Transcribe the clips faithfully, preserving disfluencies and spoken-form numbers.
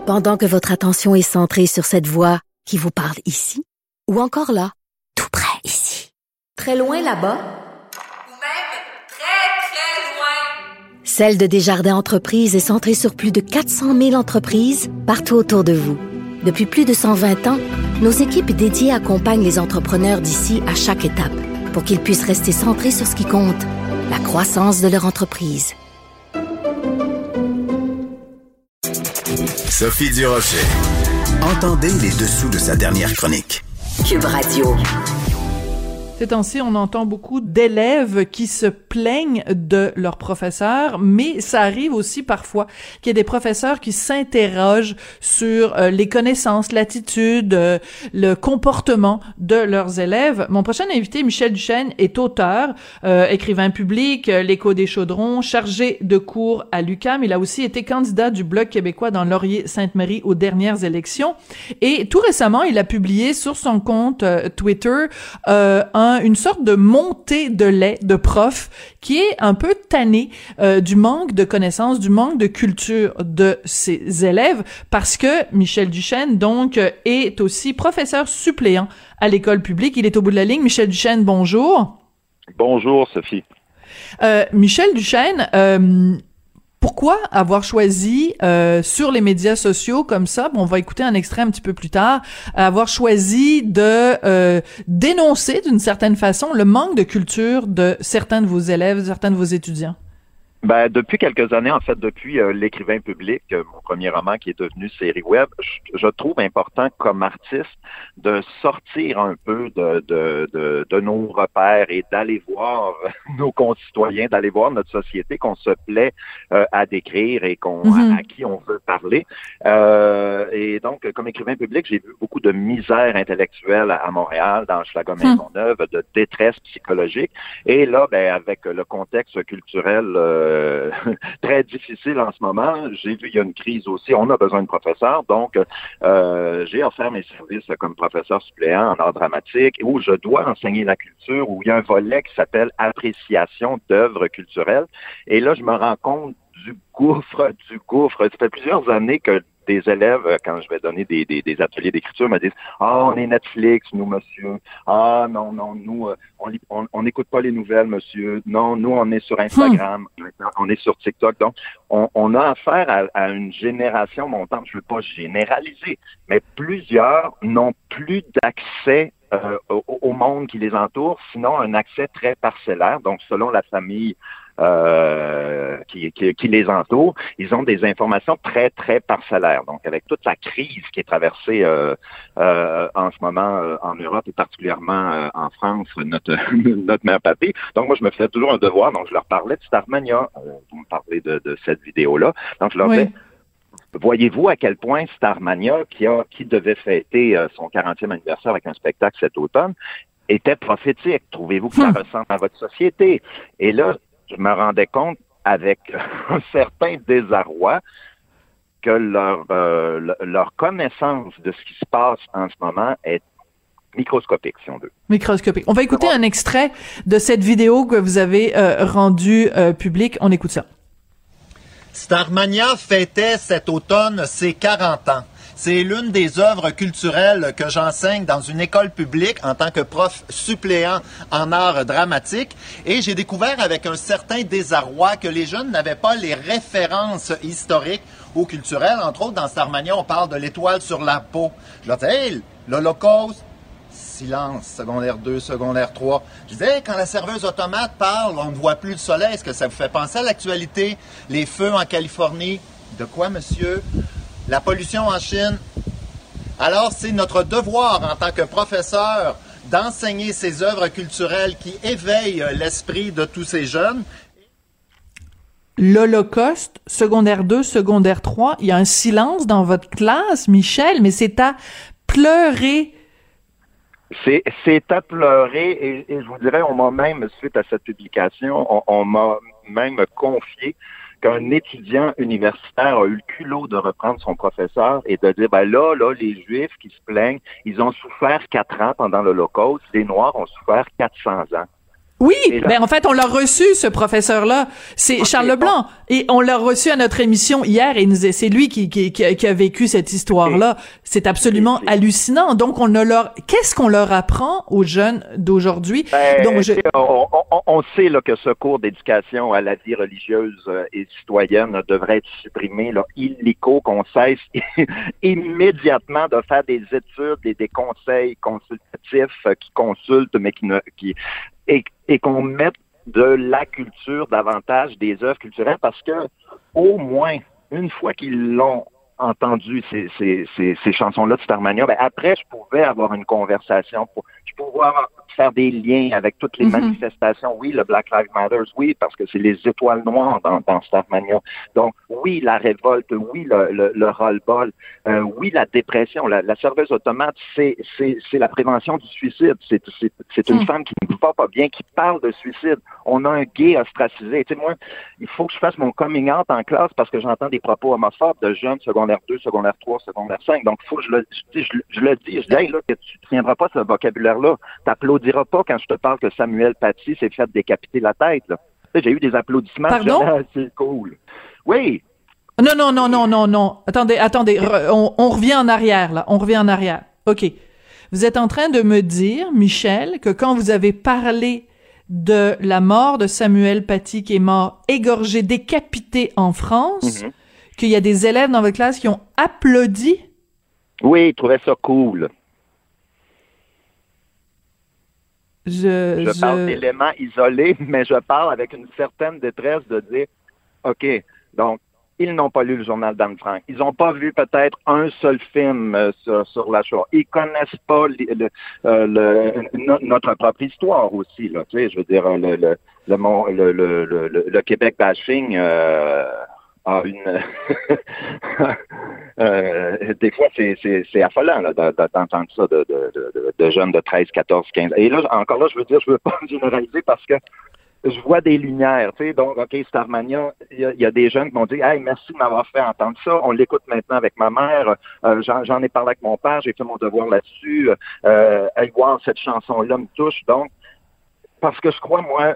Pendant que votre attention est centrée sur cette voix qui vous parle ici, ou encore là, tout près ici, très loin là-bas, ou même très, très loin. Celle de Desjardins Entreprises est centrée sur plus de quatre cent mille entreprises partout autour de vous. Depuis plus de cent vingt ans, nos équipes dédiées accompagnent les entrepreneurs d'ici à chaque étape pour qu'ils puissent rester centrés sur ce qui compte, la croissance de leur entreprise. Sophie Durocher. Entendez les dessous de sa dernière chronique. Cube Radio. Ces temps-ci, on entend beaucoup d'élèves qui se plaignent de leurs professeurs, mais ça arrive aussi parfois qu'il y ait des professeurs qui s'interrogent sur euh, les connaissances, l'attitude, euh, le comportement de leurs élèves. Mon prochain invité, Michel Duchesne, est auteur, euh, écrivain public, euh, l'Écho des Chaudrons, chargé de cours à l'U Q A M. Il a aussi été candidat du Bloc québécois dans Laurier-Sainte-Marie aux dernières élections. Et tout récemment, il a publié sur son compte euh, Twitter euh, un une sorte de montée de lait de prof qui est un peu tanné euh, du manque de connaissances, du manque de culture de ses élèves, parce que Michel Duchesne, donc, euh, est aussi professeur suppléant à l'école publique. Il est au bout de la ligne. Michel Duchesne, bonjour. Bonjour, Sophie. Euh, Michel Duchesne, euh, pourquoi avoir choisi euh, sur les médias sociaux comme ça, bon, on va écouter un extrait un petit peu plus tard, avoir choisi de euh, dénoncer d'une certaine façon le manque de culture de certains de vos élèves, certains de vos étudiants? Ben, depuis quelques années, en fait, depuis euh, l'écrivain public, euh, mon premier roman qui est devenu série web, je, je trouve important comme artiste de sortir un peu de, de, de, de nos repères et d'aller voir nos concitoyens, d'aller voir notre société qu'on se plaît euh, à décrire et qu'on mm-hmm. à, à qui on veut parler. Euh, et donc, comme écrivain public, j'ai vu beaucoup de misère intellectuelle à, à Montréal, dans Hochelaga-Maisonneuve, mm. de détresse psychologique. Et là, ben, avec le contexte culturel euh, Euh, très difficile en ce moment. J'ai vu, il y a une crise aussi. On a besoin de professeurs. Donc, euh, j'ai offert mes services comme professeur suppléant en art dramatique où je dois enseigner la culture, où il y a un volet qui s'appelle appréciation d'œuvres culturelles. Et là, je me rends compte du gouffre, du gouffre. Ça fait plusieurs années que des élèves, quand je vais donner des, des, des ateliers d'écriture, me disent « Ah, on est Netflix, nous, monsieur. Ah, non, non, nous, on n'écoute pas les nouvelles, monsieur. Non, nous, on est sur Instagram. Hum. On est sur TikTok. » Donc, on, on a affaire à, à une génération montante. Je ne veux pas généraliser, mais plusieurs n'ont plus d'accès euh, au, au monde qui les entoure, sinon un accès très parcellaire. Donc, selon la famille Euh, qui, qui, qui les entourent, ils ont des informations très, très parcellaires. Donc, avec toute la crise qui est traversée euh, euh, en ce moment euh, en Europe et particulièrement euh, en France, notre, notre mère patrie. Donc, moi, je me faisais toujours un devoir. Donc, je leur parlais de Starmania. Euh, vous me parlez de, de cette vidéo-là. Donc, je leur disais, oui. Voyez-vous à quel point Starmania, qui, a, qui devait fêter euh, son quarantième anniversaire avec un spectacle cet automne, était prophétique. Trouvez-vous que ça hum. ressemble à votre société? Et là, je me rendais compte avec un certain désarroi que leur, euh, leur connaissance de ce qui se passe en ce moment est microscopique, si on veut. Microscopique. On va écouter un extrait de cette vidéo que vous avez euh, rendue euh, publique. On écoute ça. Starmania fêtait cet automne ses quarante ans. C'est l'une des œuvres culturelles que j'enseigne dans une école publique en tant que prof suppléant en art dramatique. Et j'ai découvert avec un certain désarroi que les jeunes n'avaient pas les références historiques ou culturelles. Entre autres, dans Starmania, on parle de l'étoile sur la peau. Je leur disais, hey, l'Holocauste, silence, secondaire deux, secondaire trois. Je disais, hey, quand la serveuse automate parle, on ne voit plus le soleil. Est-ce que ça vous fait penser à l'actualité? Les feux en Californie. De quoi, monsieur? La pollution en Chine. Alors, c'est notre devoir en tant que professeur d'enseigner ces œuvres culturelles qui éveillent l'esprit de tous ces jeunes. L'Holocauste, secondaire deux, secondaire trois, il y a un silence dans votre classe, Michel, mais c'est à pleurer. C'est, c'est à pleurer et, et je vous dirais, on m'a même, suite à cette publication, on, on m'a même confié qu'un étudiant universitaire a eu le culot de reprendre son professeur et de dire, ben là, là, les Juifs qui se plaignent, ils ont souffert quatre ans pendant l'Holocauste, les Noirs ont souffert quatre cents ans. Oui, ben en fait, on l'a reçu, ce professeur-là. C'est okay, Charles Leblanc. Bon. Et on l'a reçu à notre émission hier et nous, c'est lui qui, qui, qui, a, qui a vécu cette histoire-là. Okay. C'est absolument okay. hallucinant. Donc, on a leur, qu'est-ce qu'on leur apprend aux jeunes d'aujourd'hui? Ben, Donc, je... on, on, on sait là, que ce cours d'éducation à la vie religieuse et citoyenne là, devrait être supprimé, là, illico, qu'on cesse immédiatement de faire des études et des conseils consultatifs euh, qui consultent, mais qui ne, qui, et, et qu'on mette de la culture davantage des œuvres culturelles parce que au moins une fois qu'ils l'ont entendu ces, ces, ces, ces chansons-là de Starmania, ben après je pouvais avoir une conversation, pour, je pouvais avoir, faire des liens avec toutes les mm-hmm. manifestations. Oui, le Black Lives Matter, oui, parce que c'est les étoiles noires dans, dans Starmania. Donc oui, la révolte, oui, le, le, le roll-ball, euh, oui, la dépression. La, la serveuse automate, c'est, c'est, c'est la prévention du suicide. C'est, c'est, c'est une mm. femme qui ne va pas bien, qui parle de suicide. On a un gay ostracisé. Tu sais, moi, il faut que je fasse mon coming out en classe parce que j'entends des propos homophobes de jeunes secondaire deux, secondaire trois, secondaire cinq. Donc, il faut que je le, je, je, je le dis. Je dis, hey, là, que tu ne tiendras pas ce vocabulaire-là. T'applaudiras pas quand je te parle que Samuel Paty s'est fait décapiter la tête, là. Tu sais, j'ai eu des applaudissements. Pardon? Ah, c'est cool. Oui. Non, non, non, non, non, non. Attendez, attendez. On, on revient en arrière, là. On revient en arrière. OK. Vous êtes en train de me dire, Michel, que quand vous avez parlé de la mort de Samuel Paty, qui est mort égorgé, décapité en France, mm-hmm. qu'il y a des élèves dans votre classe qui ont applaudi? Oui, ils trouvaient ça cool. Je, je je parle d'éléments isolés, mais je parle avec une certaine détresse de dire, OK, donc, ils n'ont pas lu le journal d'Anne Frank. Ils n'ont pas vu peut-être un seul film euh, sur, sur la Shoah. Ils connaissent pas li, le, euh, le, no, notre propre histoire aussi, là. Tu sais, je veux dire, le, le, le, le, le, le, le Québec bashing euh, a une... euh, des fois, c'est, c'est, c'est affolant là, d'entendre ça de, de, de, de jeunes de treize, quatorze, quinze. Et là, encore là, je veux dire, je veux pas généraliser parce que je vois des lumières, tu sais, donc, OK, Starmania, il y, y a des jeunes qui m'ont dit « Hey, merci de m'avoir fait entendre ça, on l'écoute maintenant avec ma mère, euh, j'en, j'en ai parlé avec mon père, j'ai fait mon devoir là-dessus, euh, hey, wow, cette chanson-là me touche, donc, parce que je crois, moi,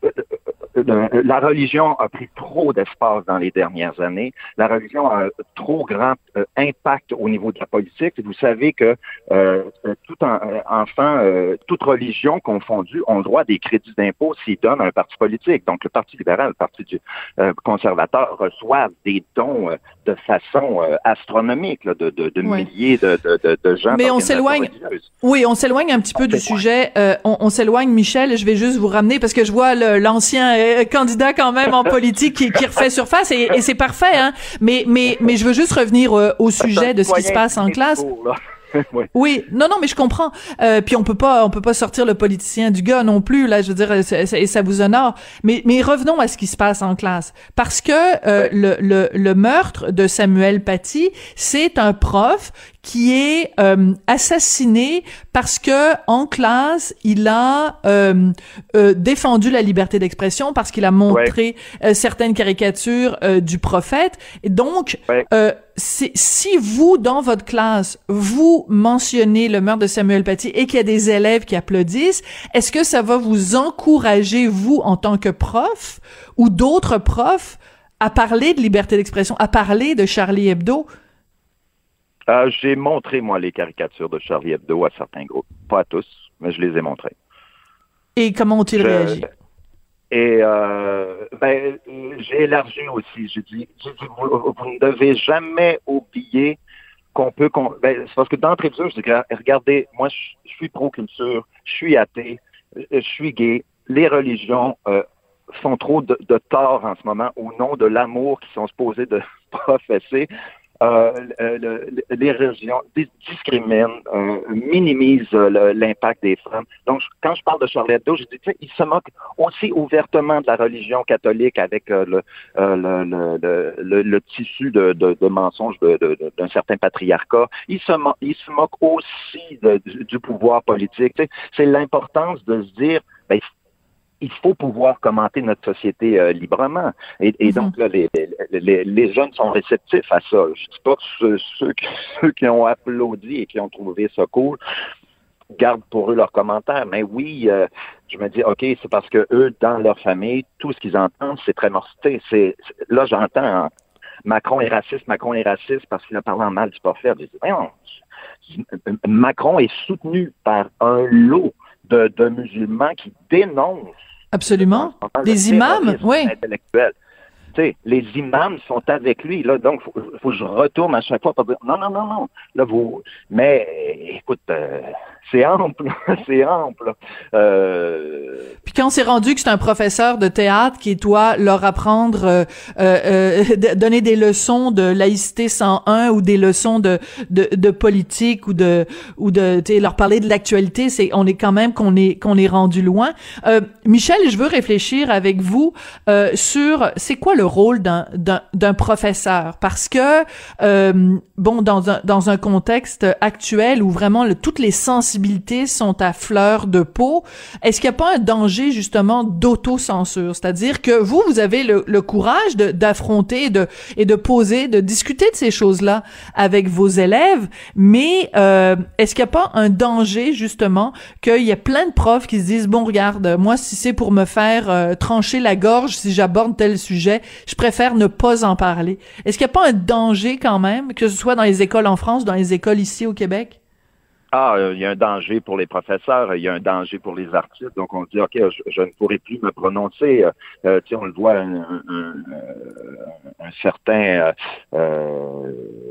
la religion a pris trop d'espace dans les dernières années. La religion a un trop grand euh, impact au niveau de la politique. Et vous savez que euh, tout en, enfant, euh, toute religion confondue, ont le droit à des crédits d'impôt s'ils donnent à un parti politique. Donc, le Parti libéral, le Parti du, euh, conservateur reçoivent des dons euh, de façon euh, astronomique là, de, de, de ouais. milliers de, de, de, de gens. Mais on s'éloigne. Oui, on s'éloigne un petit peu du sujet. Euh, on, on s'éloigne, Michel. Je vais juste vous ramener parce que je vois le, l'ancien euh, candidat quand même en politique qui, qui refait surface et, et c'est parfait, hein. Mais mais mais je veux juste revenir euh, au sujet de ce qui se passe en classe. Oui. oui, non, non, mais je comprends. Euh, puis on peut pas, on peut pas sortir le politicien du gars non plus. Là, je veux dire, et ça, ça vous honore. Mais, mais revenons à ce qui se passe en classe, parce que euh, ouais. le, le, le meurtre de Samuel Paty, c'est un prof qui est euh, assassiné parce que en classe il a euh, euh, défendu la liberté d'expression, parce qu'il a montré ouais. euh, certaines caricatures euh, du prophète. Et donc, ouais. euh, c'est, si vous dans votre classe vous mentionnez le meurtre de Samuel Paty et qu'il y a des élèves qui applaudissent, est-ce que ça va vous encourager, vous en tant que prof ou d'autres profs, à parler de liberté d'expression, à parler de Charlie Hebdo? Euh, j'ai montré, moi, les caricatures de Charlie Hebdo à certains groupes. Pas à tous, mais je les ai montrées. Et comment ont-ils je... réagi? Et euh, ben, j'ai élargi aussi. J'ai dit, j'ai dit vous, vous ne devez jamais oublier qu'on peut... Qu'on, ben, c'est parce que d'entrée de jeu, je dis, regardez, moi, je, je suis pro-culture, je suis athée, je suis gay. Les religions euh, font trop de, de tort en ce moment au nom de l'amour qu'ils sont supposés de professer. Euh, le, le, les religions discriminent, euh, minimisent euh, l'impact des femmes. Donc, quand je parle de Charlie Hebdo, je dis, tu sais, il se moque aussi ouvertement de la religion catholique avec euh, le, euh, le, le, le, le tissu de, de, de mensonges de, de, de, d'un certain patriarcat. Il se, mo- il se moque aussi de, du, du pouvoir politique. Tu sais, c'est l'importance de se dire, ben, il faut pouvoir commenter notre société euh, librement. Et, et mm-hmm. donc, là, les, les, les jeunes sont réceptifs à ça. Je dis pas que ceux, ceux, qui, ceux qui ont applaudi et qui ont trouvé ça cool gardent pour eux leurs commentaires. Mais oui, euh, je me dis, OK, c'est parce que eux, dans leur famille, tout ce qu'ils entendent, c'est très morcité. C'est, c'est, là, j'entends hein, Macron est raciste, Macron est raciste parce qu'il a parlé en mal du prophète. Je dis, non, Macron est soutenu par un lot de, de musulmans qui dénoncent. Absolument. Des imams, oui. Intellectuels. Tu sais, les imams sont avec lui, là, donc faut, faut que je retourne à chaque fois pour dire non, non, non, non. Là, vous. Mais écoute, euh, c'est ample, c'est ample. Euh... Puis quand c'est rendu que c'est un professeur de théâtre qui doit leur apprendre, euh, euh, euh, donner des leçons de laïcité cent un ou des leçons de de, de politique ou de ou de, tu sais, leur parler de l'actualité, c'est on est quand même qu'on est qu'on est rendu loin. Euh, Michel, je veux réfléchir avec vous euh, sur c'est quoi le rôle d'un d'un d'un professeur, parce que euh, bon dans un dans un contexte actuel où vraiment le, toutes les sensibilités sont à fleur de peau, est-ce qu'il n'y a pas un danger justement d'autocensure, c'est-à-dire que vous vous avez le, le courage de d'affronter et de et de poser, de discuter de ces choses-là avec vos élèves, mais euh, est-ce qu'il n'y a pas un danger justement qu'il y a plein de profs qui se disent bon regarde, moi si c'est pour me faire euh, trancher la gorge si j'aborde tel sujet, je préfère ne pas en parler. Est-ce qu'il n'y a pas un danger quand même, que ce soit dans les écoles en France, dans les écoles ici au Québec? Ah, euh, il y a un danger pour les professeurs, il y a un danger pour les artistes. Donc, on dit, OK, je, je ne pourrai plus me prononcer. Euh, tu sais, on le voit, un, un, un, un certain... Euh,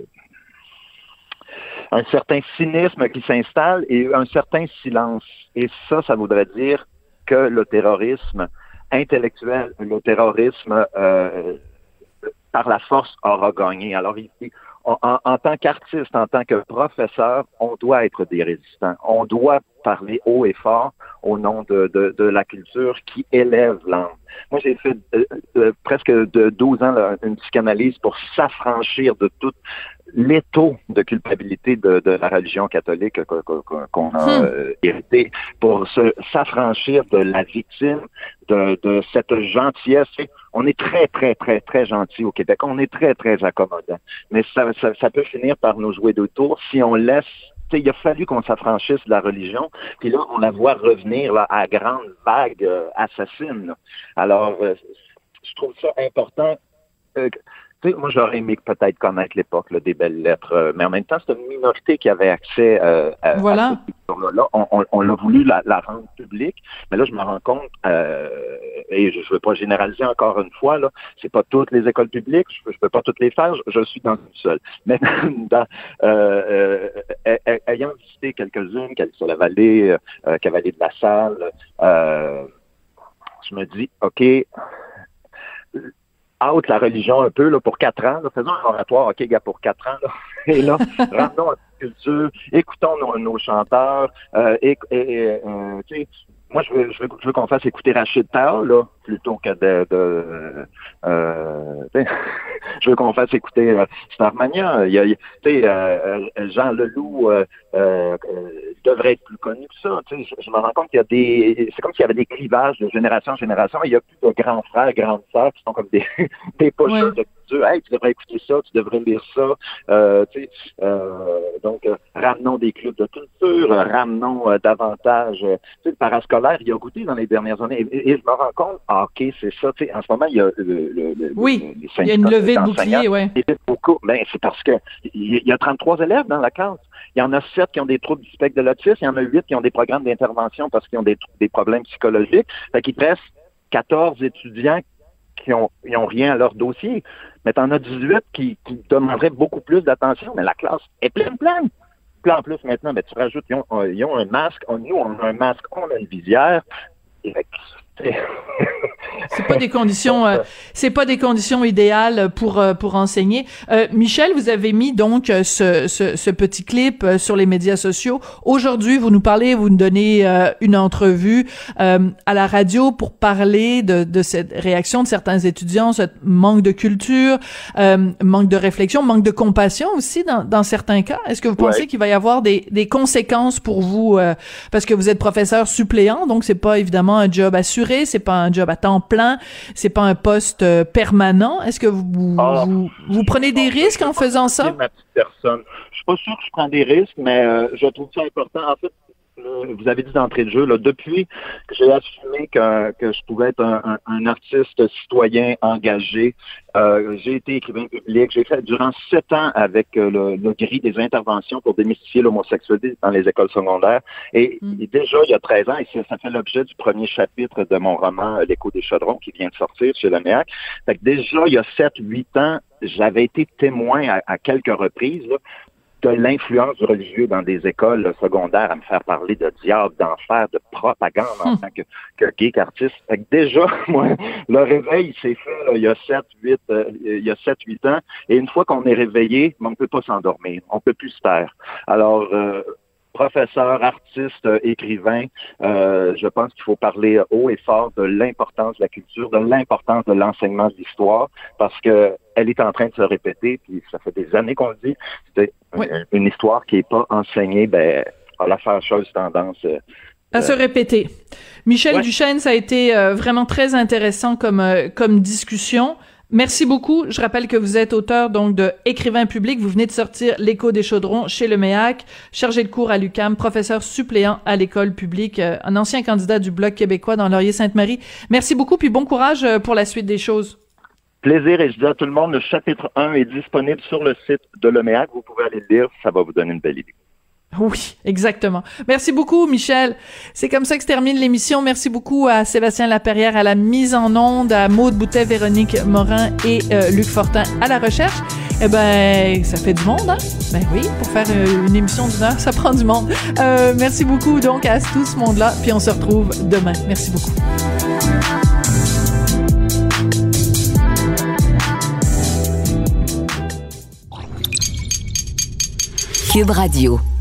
un certain cynisme qui s'installe et un certain silence. Et ça, ça voudrait dire que le terrorisme intellectuel, le terrorisme euh, par la force aura gagné. Alors, il, en, en tant qu'artiste, en tant que professeur, on doit être des résistants. On doit parler haut et fort au nom de, de, de la culture qui élève l'âme. Moi, j'ai fait euh, euh, presque de douze ans là, une psychanalyse pour s'affranchir de tout l'étau de culpabilité de, de la religion catholique qu'on, qu'on a euh, hérité, pour se, s'affranchir de la victime, de, de cette gentillesse. On est très, très, très, très gentil au Québec. On est très, très accommodant. Mais ça, ça, ça peut finir par nous jouer deux tours si on laisse... T'sais, il a fallu qu'on s'affranchisse de la religion, puis là, on la voit revenir là, à grande vague euh, assassine. Là. Alors, euh, je trouve ça important. Euh, Tu sais, moi, j'aurais aimé peut-être connaître l'époque là, des belles lettres, euh, mais en même temps, c'est une minorité qui avait accès euh, à, voilà. à cette culture-là. Là, on, on, on a voulu la, la rendre publique, mais là, je me rends compte, euh, et je ne veux pas généraliser encore une fois, là, c'est pas toutes les écoles publiques, je ne peux pas toutes les faire, je, je suis dans une seule. Mais dans, euh, euh, ayant visité quelques-unes, Calisole-la-Vallée, euh, Cavalier de la Salle, euh, je me dis, OK, out la religion un peu là, pour quatre ans. Là. Faisons un oratoire, OK, gars, pour quatre ans. Là. Et là, ramenons la culture, écoutons nos, nos chanteurs. Euh, et, et euh, tu sais, moi, je veux, je veux, je veux qu'on fasse écouter Rachid Taha, là, plutôt que de... de euh, je veux qu'on fasse écouter euh, Starmania. Il y a, tu sais, euh, Jean Leloup euh, euh, devrait être plus connu que ça. Tu sais, je, je me rends compte qu'il y a des... C'est comme s'il y avait des clivages de génération en génération. Il y a plus de grands frères, grandes sœurs qui sont comme des, des pushers de culture. Hey, tu devrais écouter ça, tu devrais lire ça. Euh, tu sais, euh, donc, euh, ramenons des clubs de culture, euh, ramenons euh, davantage... Euh, tu sais, le parascolaire, il a goûté dans les dernières années. Et, et je me rends compte, ah, OK, c'est ça. Tu sais, en ce moment, il y a le, le, le, oui, les il y a une levée de bouclier, ouais. Beaucoup. Ben, c'est parce que il y a trente-trois élèves dans la classe. Il y en a sept qui ont des troubles du spectre de l'autisme, il y en a huit qui ont des programmes d'intervention parce qu'ils ont des, des problèmes psychologiques. Fait qu'il te reste quatorze étudiants qui ont, ils ont rien à leur dossier. Mais t'en as dix-huit qui, qui demanderaient beaucoup plus d'attention, mais la classe est pleine, pleine. Puis en plus, maintenant, ben, tu rajoutes, ils ont, ils ont un masque, on, nous, on a un masque, on a une visière. Et fait, c'est pas des conditions euh, c'est pas des conditions idéales pour euh, pour enseigner. Euh, Michel, vous avez mis donc ce ce, ce petit clip euh, sur les médias sociaux. Aujourd'hui, vous nous parlez, vous nous donnez euh, une entrevue euh, à la radio pour parler de de cette réaction de certains étudiants, ce manque de culture, euh, manque de réflexion, manque de compassion aussi dans dans certains cas. Est-ce que vous pensez ouais. qu'il va y avoir des des conséquences pour vous euh, parce que vous êtes professeur suppléant, donc c'est pas évidemment un job assuré, c'est pas un job à temps plein, c'est pas un poste euh, permanent. Est-ce que vous, oh, vous, vous prenez des risques en faisant ça? Ma petite personne. Je suis pas sûr que je prends des risques, mais euh, je trouve ça important. En fait, vous avez dit d'entrée de jeu, là, depuis que j'ai assumé que, que je pouvais être un, un, un artiste citoyen engagé, euh, j'ai été écrivain public. J'ai fait durant sept ans avec euh, le, le gris des interventions pour démystifier l'homosexualité dans les écoles secondaires. Et, mm. et déjà, il y a treize ans, et ça, ça fait l'objet du premier chapitre de mon roman « L'écho des chaudrons » qui vient de sortir chez le M E A C. Fait que déjà, il y a sept, huit ans, j'avais été témoin à, à quelques reprises, là, de l'influence du religieux dans des écoles là, secondaires à me faire parler de diable, d'enfer, de propagande en hum. tant que, que geek artiste. Fait que déjà, moi, le réveil s'est fait là, il y a sept, huit, euh, il y a sept, huit ans. Et une fois qu'on est réveillé, on ne peut pas s'endormir. On peut plus se taire. Alors, euh, professeur, artiste, écrivain, euh, je pense qu'il faut parler haut et fort de l'importance de la culture, de l'importance de l'enseignement de l'histoire, parce que elle est en train de se répéter, puis ça fait des années qu'on le dit. C'est oui. une, une histoire qui n'est pas enseignée, ben, à la fâcheuse tendance euh, à se répéter. Michel ouais. Duchesne, ça a été euh, vraiment très intéressant comme euh, comme discussion. Merci beaucoup. Je rappelle que vous êtes auteur donc de Écrivain public. Vous venez de sortir L'écho des chaudrons chez le M E A C, chargé de cours à l'U Q A M, professeur suppléant à l'école publique, euh, un ancien candidat du Bloc québécois dans Laurier-Sainte-Marie. Merci beaucoup, puis bon courage pour la suite des choses. Plaisir, et je dis à tout le monde, le chapitre un est disponible sur le site de l'E M E A C. Vous pouvez aller le lire, ça va vous donner une belle idée. Oui, exactement. Merci beaucoup, Michel. C'est comme ça que se termine l'émission. Merci beaucoup à Sébastien Laperrière à la mise en onde, à Maude Boutet, Véronique Morin et euh, Luc Fortin à la recherche. Eh ben, ça fait du monde, hein? Ben oui, pour faire euh, une émission d'une heure, ça prend du monde. Euh, merci beaucoup, donc, à tout ce monde-là. Puis on se retrouve demain. Merci beaucoup. Cube Radio.